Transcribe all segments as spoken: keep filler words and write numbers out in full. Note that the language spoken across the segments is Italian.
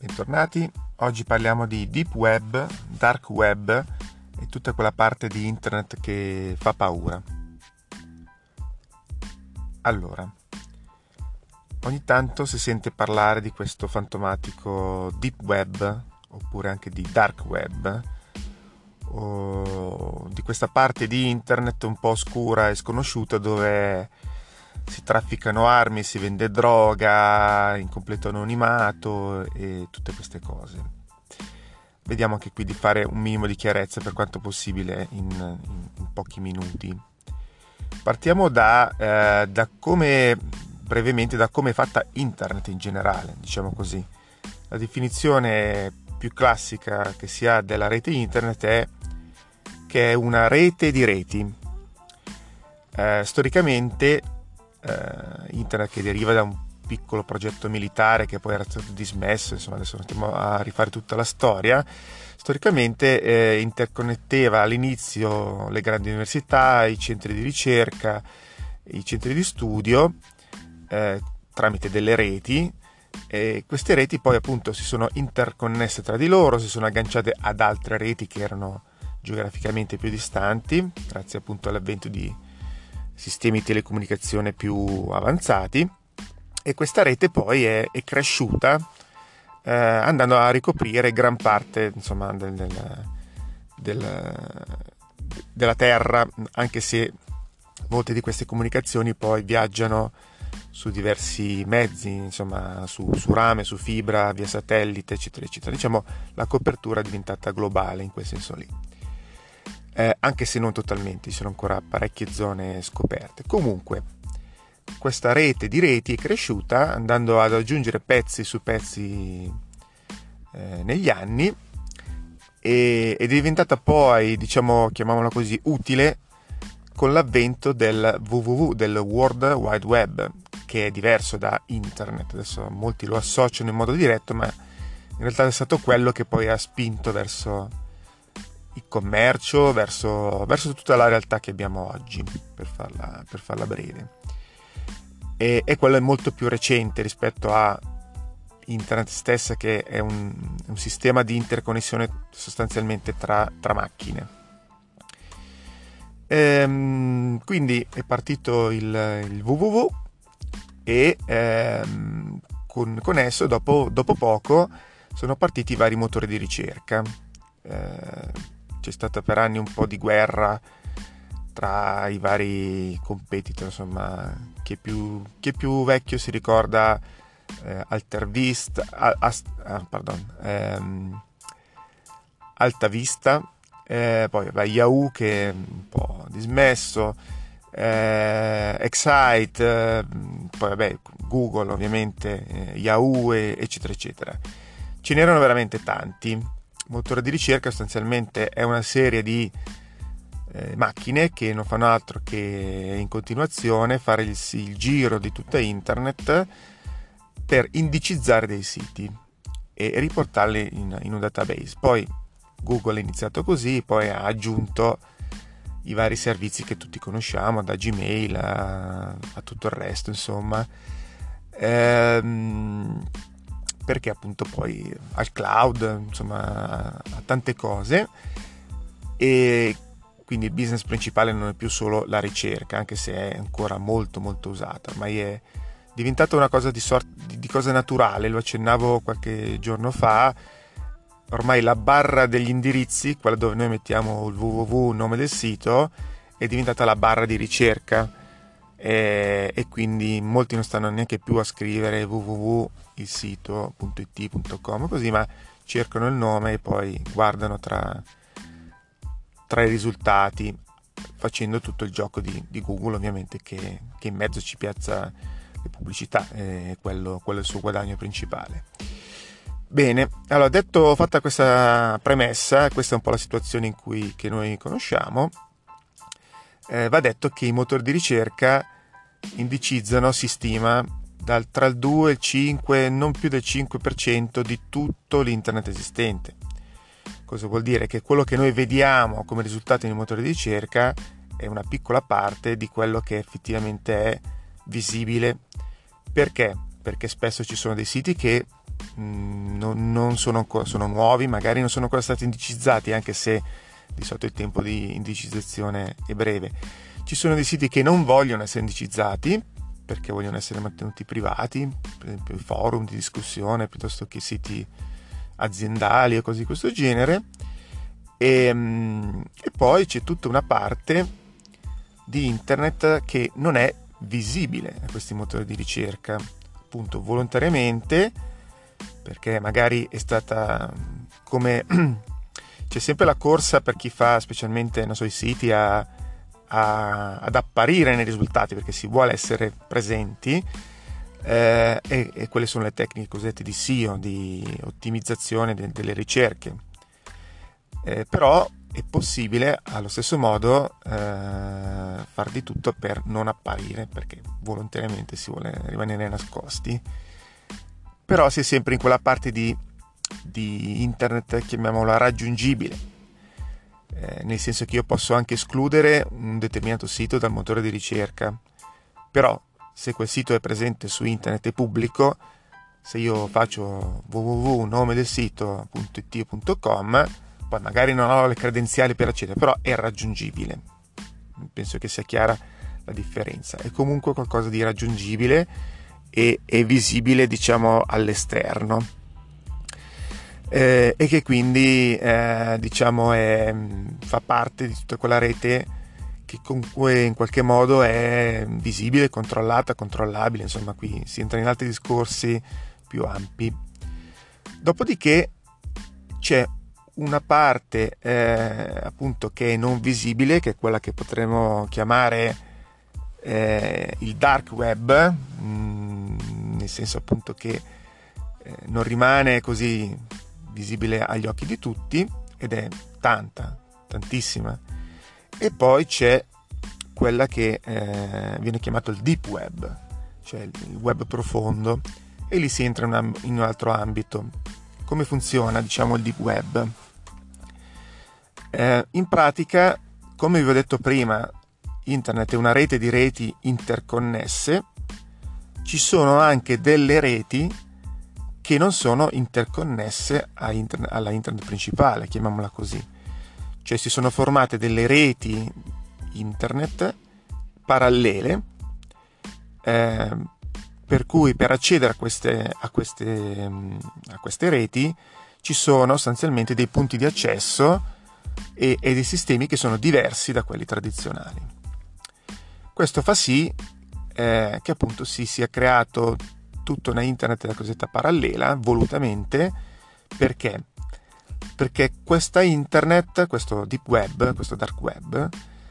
Bentornati, oggi parliamo di Deep Web, Dark Web e tutta quella parte di internet che fa paura. Allora, ogni tanto si sente parlare di questo fantomatico Deep Web, oppure anche di Dark Web, o di questa parte di internet un po' oscura e sconosciuta dove si trafficano armi, si vende droga in completo anonimato e tutte queste cose. Vediamo anche qui di fare un minimo di chiarezza per quanto possibile in, in, in pochi minuti. Partiamo da, eh, da come, brevemente, da come è fatta internet in generale, diciamo così. La definizione più classica che si ha della rete internet è che è una rete di reti. Eh, storicamente Uh, internet, che deriva da un piccolo progetto militare che poi era stato dismesso, insomma adesso non stiamo a rifare tutta la storia. Storicamente eh, interconnetteva all'inizio le grandi università, i centri di ricerca, i centri di studio eh, tramite delle reti, e queste reti poi appunto si sono interconnesse tra di loro, si sono agganciate ad altre reti che erano geograficamente più distanti grazie appunto all'avvento di sistemi di telecomunicazione più avanzati, e questa rete poi è, è cresciuta eh, andando a ricoprire gran parte insomma del, del, del, della terra, anche se molte di queste comunicazioni poi viaggiano su diversi mezzi, insomma su, su rame, su fibra, via satellite, eccetera eccetera. Diciamo la copertura è diventata globale in quel senso lì. Eh, anche se non totalmente, ci sono ancora parecchie zone scoperte. Comunque, questa rete di reti è cresciuta andando ad aggiungere pezzi su pezzi eh, negli anni, e, ed è diventata poi, diciamo, chiamiamola così, utile con l'avvento del W W W, del World Wide Web, che è diverso da internet. Adesso molti lo associano in modo diretto, ma in realtà è stato quello che poi ha spinto verso il commercio, verso, verso tutta la realtà che abbiamo oggi, per farla, per farla breve. E, e quello è molto più recente rispetto a internet stessa, che è un, un sistema di interconnessione sostanzialmente tra, tra macchine. Ehm, quindi è partito il, il W W W e ehm, con, con esso dopo, dopo poco sono partiti i vari motori di ricerca. Eh, C'è stata per anni un po' di guerra tra i vari competitor, insomma, chi è più, chi è più vecchio si ricorda eh, AltaVista, ah, pardon, ehm, AltaVista, eh, poi vabbè, Yahoo che è un po' dismesso, eh, Excite, eh, poi vabbè, Google ovviamente, eh, Yahoo, eccetera eccetera. Ce n'erano veramente tanti. Motore di ricerca sostanzialmente è una serie di eh, macchine che non fanno altro che in continuazione fare il, il giro di tutta internet per indicizzare dei siti e riportarli in, in un database. Poi Google ha iniziato così, poi ha aggiunto i vari servizi che tutti conosciamo, da Gmail a, a tutto il resto, insomma. Ehm, perché appunto poi al cloud, insomma a tante cose, e quindi il business principale non è più solo la ricerca, anche se è ancora molto molto usata, ormai è diventata una cosa di, sort- di cosa naturale. Lo accennavo qualche giorno fa, ormai la barra degli indirizzi, quella dove noi mettiamo il W W W, il nome del sito, è diventata la barra di ricerca. E, e quindi molti non stanno neanche più a scrivere w w w il sito punto i t punto com così, ma cercano il nome e poi guardano tra, tra i risultati, facendo tutto il gioco di, di Google ovviamente, che, che in mezzo ci piazza le pubblicità, e quello, quello è il suo guadagno principale. Bene, allora, detto, fatta questa premessa, questa è un po' la situazione in cui che noi conosciamo. Eh, va detto che i motori di ricerca indicizzano, si stima, dal, tra il due e il cinque, non più del cinque per cento di tutto l'internet esistente. Cosa vuol dire? Che quello che noi vediamo come risultati nei motori di ricerca è una piccola parte di quello che effettivamente è visibile. Perché? Perché spesso ci sono dei siti che mh, non, non sono, ancora, sono nuovi, magari non sono ancora stati indicizzati, anche se di solito il tempo di indicizzazione è breve. Ci sono dei siti che non vogliono essere indicizzati perché vogliono essere mantenuti privati, per esempio i forum di discussione piuttosto che siti aziendali o cose di questo genere. E, e poi c'è tutta una parte di internet che non è visibile a questi motori di ricerca, appunto volontariamente, perché magari è stata come c'è sempre la corsa per chi fa specialmente, non so, i siti a, a, ad apparire nei risultati perché si vuole essere presenti, eh, e, e quelle sono le tecniche cosiddette di S E O, di ottimizzazione de, delle ricerche. Eh, però è possibile allo stesso modo eh, far di tutto per non apparire, perché volontariamente si vuole rimanere nascosti, però si è sempre in quella parte di, di internet, chiamiamola raggiungibile, eh, nel senso che io posso anche escludere un determinato sito dal motore di ricerca, però se quel sito è presente su internet, è pubblico, se io faccio w w w punto nome del sito punto i t punto com, poi magari non ho le credenziali per accedere, però è raggiungibile. Penso che sia chiara la differenza. È comunque qualcosa di raggiungibile e, e visibile, diciamo, all'esterno. Eh, e che quindi, eh, diciamo, è, fa parte di tutta quella rete che comunque in qualche modo è visibile, controllata, controllabile. Insomma, qui si entra in altri discorsi più ampi. Dopodiché c'è una parte eh, appunto che è non visibile, che è quella che potremmo chiamare eh, il dark web, mh, nel senso appunto che eh, non rimane così visibile agli occhi di tutti, ed è tanta, tantissima. E poi c'è quella che eh, viene chiamato il deep web, cioè il web profondo, e lì si entra in, una, in un altro ambito. Come funziona, diciamo, il deep web? Eh, in pratica, come vi ho detto prima, internet è una rete di reti interconnesse. Ci sono anche delle reti che non sono interconnesse a internet, alla internet principale, chiamiamola così. Cioè si sono formate delle reti internet parallele, eh, per cui per accedere a queste, a queste, a queste reti ci sono sostanzialmente dei punti di accesso e, e dei sistemi che sono diversi da quelli tradizionali. Questo fa sì eh, che appunto si sia creato tutta una internet della cosiddetta parallela, volutamente. Perché? Perché questa internet, questo deep web, questo dark web,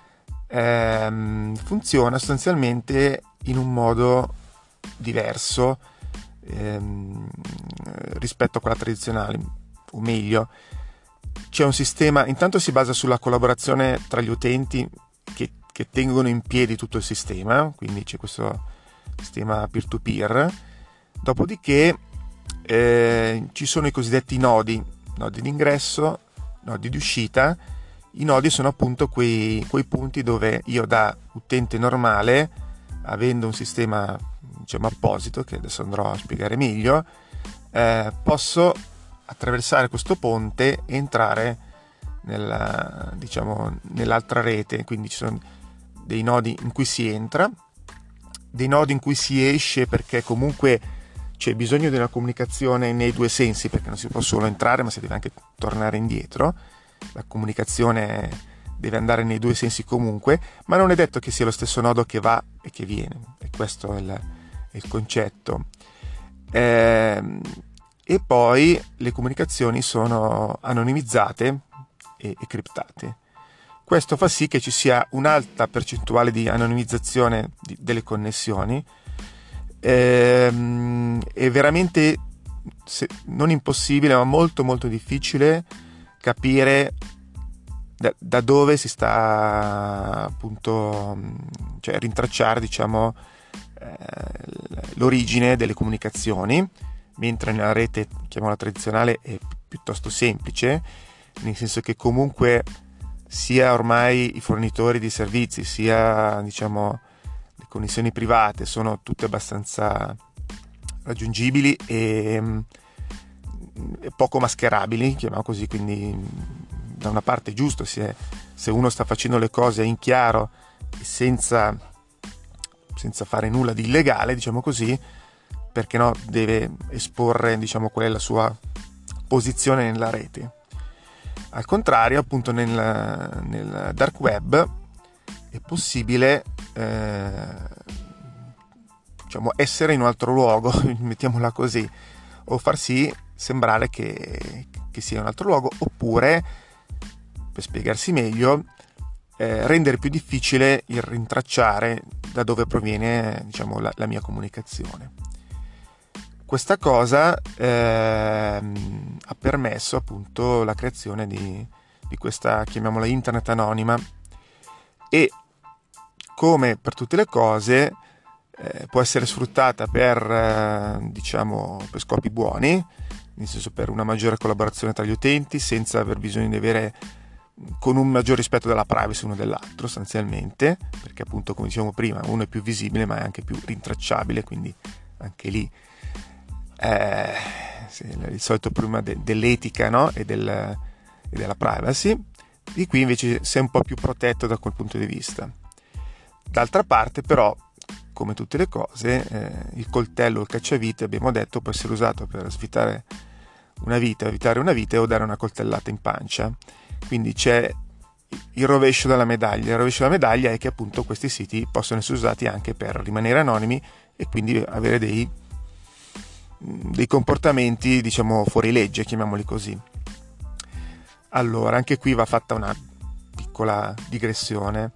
ehm, funziona sostanzialmente in un modo diverso ehm, rispetto a quella tradizionale, o meglio, c'è un sistema, intanto si basa sulla collaborazione tra gli utenti che, che tengono in piedi tutto il sistema, quindi c'è questo sistema peer-to-peer. Dopodiché eh, ci sono i cosiddetti nodi, nodi di ingresso, nodi di uscita. I nodi sono appunto quei, quei punti dove io da utente normale, avendo un sistema, diciamo, apposito, che adesso andrò a spiegare meglio, eh, posso attraversare questo ponte e entrare nella, diciamo, nell'altra rete. Quindi ci sono dei nodi in cui si entra, dei nodi in cui si esce, perché comunque c'è bisogno di una comunicazione nei due sensi, perché non si può solo entrare ma si deve anche tornare indietro. La comunicazione deve andare nei due sensi comunque, ma non è detto che sia lo stesso nodo che va e che viene, e questo è il, è il concetto. Eh, e poi le comunicazioni sono anonimizzate e, e criptate. Questo fa sì che ci sia un'alta percentuale di anonimizzazione di, delle connessioni. Eh, è veramente, se, non impossibile, ma molto molto difficile capire da, da dove si sta appunto, cioè rintracciare, diciamo, eh, l'origine delle comunicazioni, mentre nella rete, chiamiamola tradizionale, è piuttosto semplice, nel senso che comunque sia ormai i fornitori di servizi sia, diciamo, le connessioni private sono tutte abbastanza raggiungibili e, poco mascherabili, chiamiamo così, quindi da una parte è giusto, se, se uno sta facendo le cose in chiaro e senza, senza fare nulla di illegale, diciamo così, perché no, deve esporre, diciamo, qual è la sua posizione nella rete. Al contrario, appunto, nel, nel dark web è possibile eh, diciamo essere in un altro luogo, mettiamola così, o far sì sembrare che, che sia un altro luogo, oppure, per spiegarsi meglio, eh, rendere più difficile il rintracciare da dove proviene, diciamo, la, la mia comunicazione. Questa cosa eh, ha permesso appunto la creazione di, di questa, chiamiamola, internet anonima, e come per tutte le cose eh, può essere sfruttata per, eh, diciamo, per scopi buoni, nel senso per una maggiore collaborazione tra gli utenti senza aver bisogno di avere, con un maggior rispetto della privacy uno dell'altro sostanzialmente, perché appunto, come dicevamo prima, uno è più visibile ma è anche più rintracciabile, quindi anche lì eh, sì, il solito problema de- dell'etica, no? e, del, e della privacy. Di qui invece sei un po' più protetto da quel punto di vista. D'altra parte però, come tutte le cose, eh, il coltello o il cacciavite, abbiamo detto, può essere usato per svitare una vita, evitare una vita o dare una coltellata in pancia. Quindi c'è il rovescio della medaglia. Il rovescio della medaglia è che appunto questi siti possono essere usati anche per rimanere anonimi e quindi avere dei, dei comportamenti, diciamo, fuori legge, chiamiamoli così. Allora, anche qui va fatta una piccola digressione.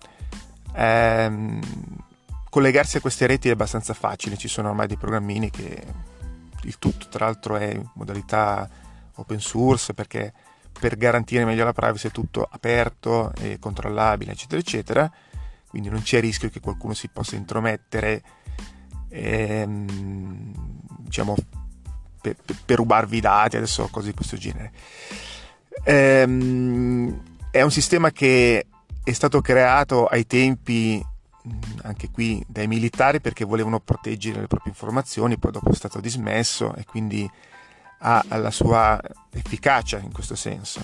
Ehm, collegarsi a queste reti è abbastanza facile, ci sono ormai dei programmini che il tutto tra l'altro è in modalità open source, perché per garantire meglio la privacy è tutto aperto e controllabile, eccetera eccetera, quindi non c'è rischio che qualcuno si possa intromettere ehm, diciamo per, per, per rubarvi i dati, adesso cose di questo genere. Ehm, è un sistema che è stato creato ai tempi, anche qui, dai militari, perché volevano proteggere le proprie informazioni, poi dopo è stato dismesso e quindi ha la sua efficacia in questo senso.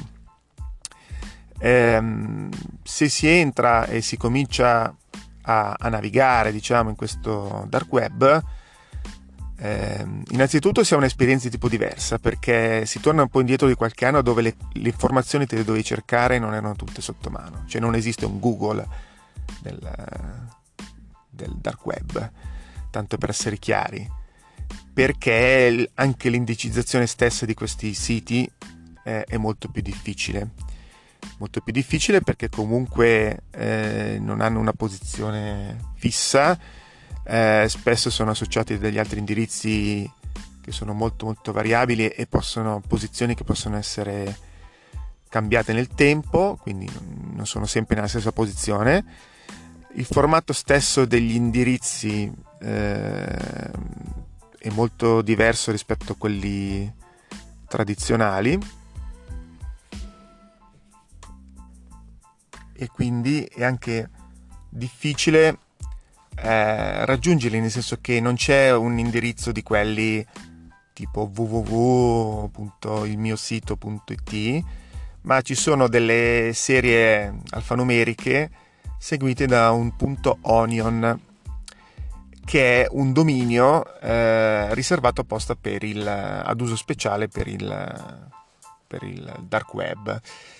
Ehm, se si entra e si comincia a, a navigare, diciamo, in questo dark web, ehm, innanzitutto si ha un'esperienza di tipo diversa, perché si torna un po' indietro di qualche anno, dove le, le informazioni te le dovevi cercare, non erano tutte sotto mano, cioè non esiste un Google del, del dark web, tanto per essere chiari, perché anche l'indicizzazione stessa di questi siti eh, è molto più difficile molto più difficile perché comunque eh, non hanno una posizione fissa, eh, spesso sono associati a degli altri indirizzi che sono molto molto variabili e possono posizioni che possono essere cambiate nel tempo, quindi non sono sempre nella stessa posizione. Il formato stesso degli indirizzi eh, è molto diverso rispetto a quelli tradizionali e quindi è anche difficile eh, raggiungerli, nel senso che non c'è un indirizzo di quelli tipo w w w punto il mio sito punto i t, ma ci sono delle serie alfanumeriche seguite da un punto .onion, che è un dominio eh, riservato apposta per il, ad uso speciale per il, per il dark web.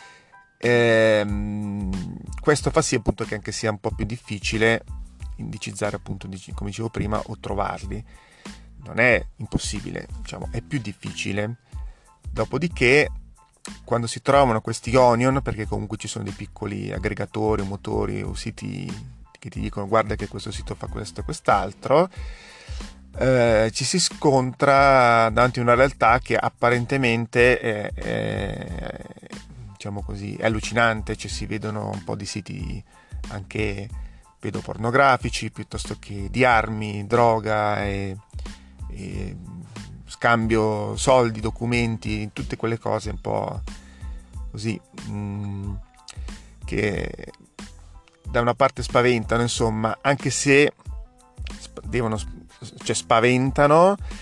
Ehm, questo fa sì appunto che anche sia un po' più difficile indicizzare, appunto, come dicevo prima, o trovarli. Non è impossibile, diciamo, è più difficile. Dopodiché, quando si trovano questi onion, perché comunque ci sono dei piccoli aggregatori, motori o siti che ti dicono guarda che questo sito fa questo e quest'altro, eh, ci si scontra davanti a una realtà che apparentemente è, è, diciamo così, è allucinante. Cioè, si vedono un po' di siti anche pedopornografici, piuttosto che di armi, droga e, e scambio soldi, documenti, tutte quelle cose un po' così mh, che da una parte spaventano, insomma, anche se devono, cioè spaventano,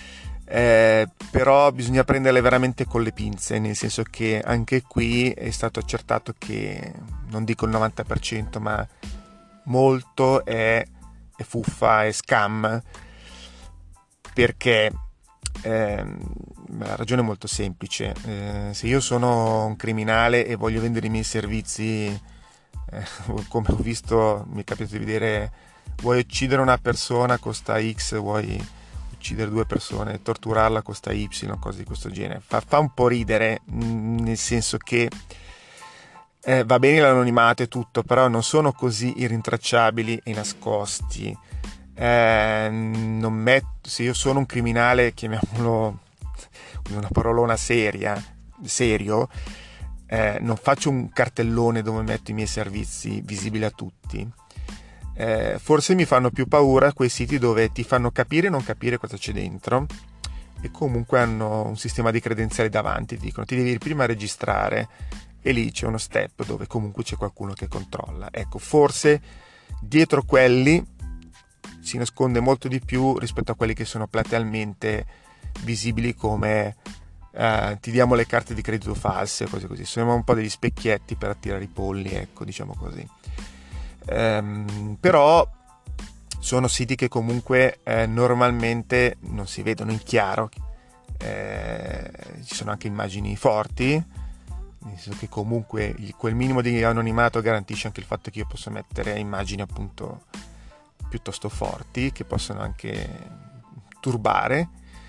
eh, però bisogna prenderle veramente con le pinze, nel senso che anche qui è stato accertato che, non dico il novanta per cento, ma molto è, è fuffa, è scam, perché eh, la ragione è molto semplice. Eh, se io sono un criminale e voglio vendere i miei servizi, eh, come ho visto, mi è capitato di vedere, vuoi uccidere una persona costa X, vuoi uccidere due persone, torturarla costa Y, cose di questo genere. Fa, fa un po' ridere, nel senso che eh, va bene l'anonimato e tutto, però non sono così irrintracciabili e nascosti. Eh, non metto, se io sono un criminale, chiamiamolo una parolona seria, serio, eh, non faccio un cartellone dove metto i miei servizi visibili a tutti. Eh, forse mi fanno più paura quei siti dove ti fanno capire e non capire cosa c'è dentro, e comunque hanno un sistema di credenziali davanti, ti dicono ti devi prima registrare, e lì c'è uno step dove comunque c'è qualcuno che controlla. Ecco, forse dietro quelli si nasconde molto di più rispetto a quelli che sono platealmente visibili, come eh, ti diamo le carte di credito false, cose così. Sono un po' degli specchietti per attirare i polli, ecco, diciamo così. Ehm, però sono siti che comunque eh, normalmente non si vedono in chiaro, eh, ci sono anche immagini forti, nel senso che comunque quel minimo di anonimato garantisce anche il fatto che io possa mettere immagini appunto piuttosto forti, che possono anche turbare,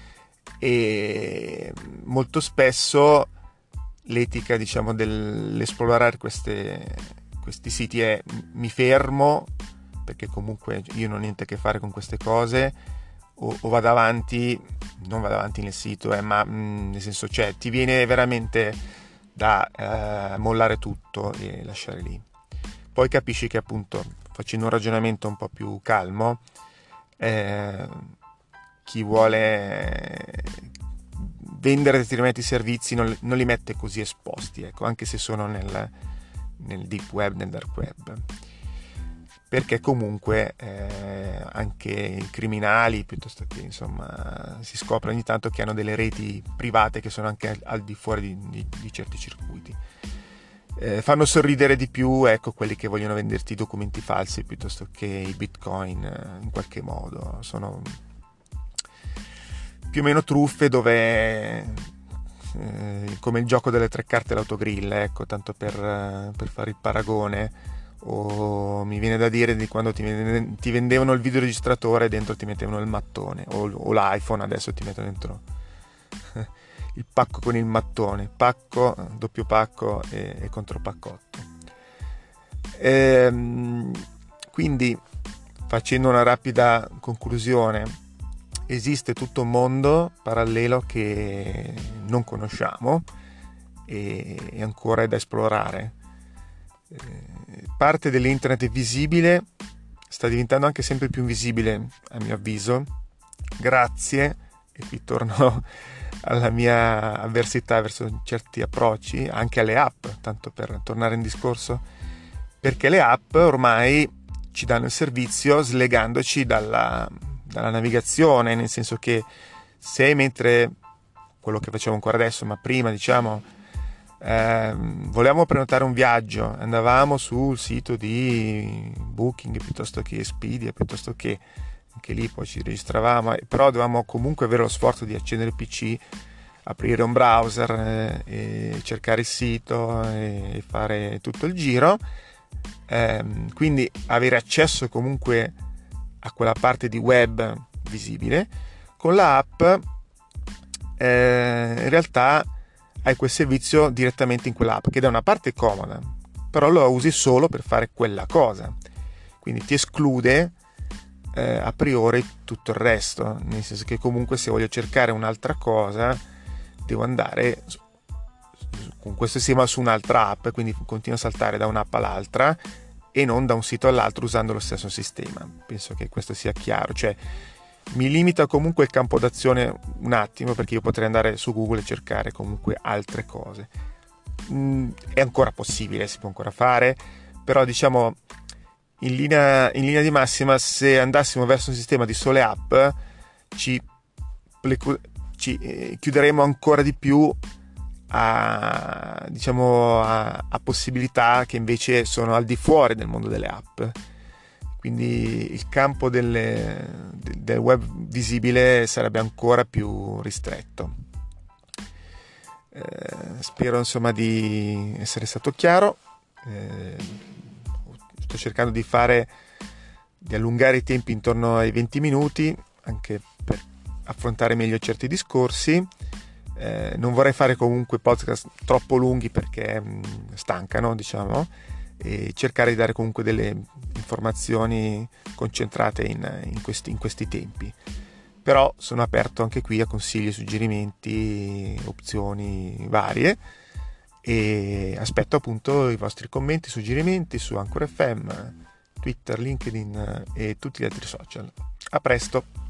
e molto spesso l'etica, diciamo, dell'esplorare queste, questi siti è: mi fermo perché comunque io non ho niente a che fare con queste cose, o, o vado avanti, non vado avanti nel sito, eh, ma mh, nel senso, cioè ti viene veramente da eh, mollare tutto e lasciare lì. Poi capisci che appunto, facendo un ragionamento un po' più calmo, eh, chi vuole vendere determinati servizi non, non li mette così esposti, ecco, anche se sono nel, nel deep web, nel dark web, perché comunque eh, anche i criminali, piuttosto che, insomma, si scopre ogni tanto che hanno delle reti private che sono anche al, al di fuori di, di, di certi circuiti. Eh, fanno sorridere di più, ecco, quelli che vogliono venderti i documenti falsi piuttosto che i bitcoin, eh, in qualche modo sono più o meno truffe, dove eh, come il gioco delle tre carte l'autogrill, ecco, tanto per, per fare il paragone. O mi viene da dire di quando ti, ti vendevano il videoregistratore e dentro ti mettevano il mattone, o, o l'iPhone adesso ti mettono dentro il pacco con il mattone, pacco, doppio pacco e, e contropaccotto. Ehm, quindi, facendo una rapida conclusione, esiste tutto un mondo parallelo che non conosciamo e, e ancora è da esplorare. Eh, parte dell'internet visibile sta diventando anche sempre più invisibile, a mio avviso, grazie, e qui torno alla mia avversità verso certi approcci, anche alle app, tanto per tornare in discorso, perché le app ormai ci danno il servizio slegandoci dalla, dalla navigazione, nel senso che se, mentre quello che facciamo ancora adesso, ma prima, diciamo, eh, volevamo prenotare un viaggio, andavamo sul sito di Booking piuttosto che Expedia, piuttosto che, anche lì poi ci registravamo, però dovevamo comunque avere lo sforzo di accendere il P C, aprire un browser eh, e cercare il sito e fare tutto il giro, eh, quindi avere accesso comunque a quella parte di web visibile. Con l'app eh, in realtà hai quel servizio direttamente in quell'app, che da una parte è comoda, però lo usi solo per fare quella cosa, quindi ti esclude eh, a priori tutto il resto, nel senso che comunque se voglio cercare un'altra cosa devo andare con questo sistema su un'altra app, quindi continuo a saltare da un'app all'altra e non da un sito all'altro usando lo stesso sistema. Penso che questo sia chiaro, cioè mi limita comunque il campo d'azione un attimo, perché io potrei andare su Google e cercare comunque altre cose. Mm, è ancora possibile, si può ancora fare, però diciamo in linea, in linea di massima, se andassimo verso un sistema di sole app ci, ci eh, chiuderemo ancora di più a, diciamo, a, a possibilità che invece sono al di fuori del mondo delle app. Quindi il campo delle, del web visibile sarebbe ancora più ristretto. Eh, spero insomma di essere stato chiaro. Eh, sto cercando di fare di allungare i tempi intorno ai venti minuti, anche per affrontare meglio certi discorsi. Eh, non vorrei fare comunque podcast troppo lunghi perché mh, stancano, diciamo, e cercare di dare comunque delle informazioni concentrate in, in, questi, in questi tempi. Però sono aperto anche qui a consigli, suggerimenti, opzioni varie, e aspetto appunto i vostri commenti, suggerimenti su Anchor F M, Twitter, LinkedIn e tutti gli altri social. A presto!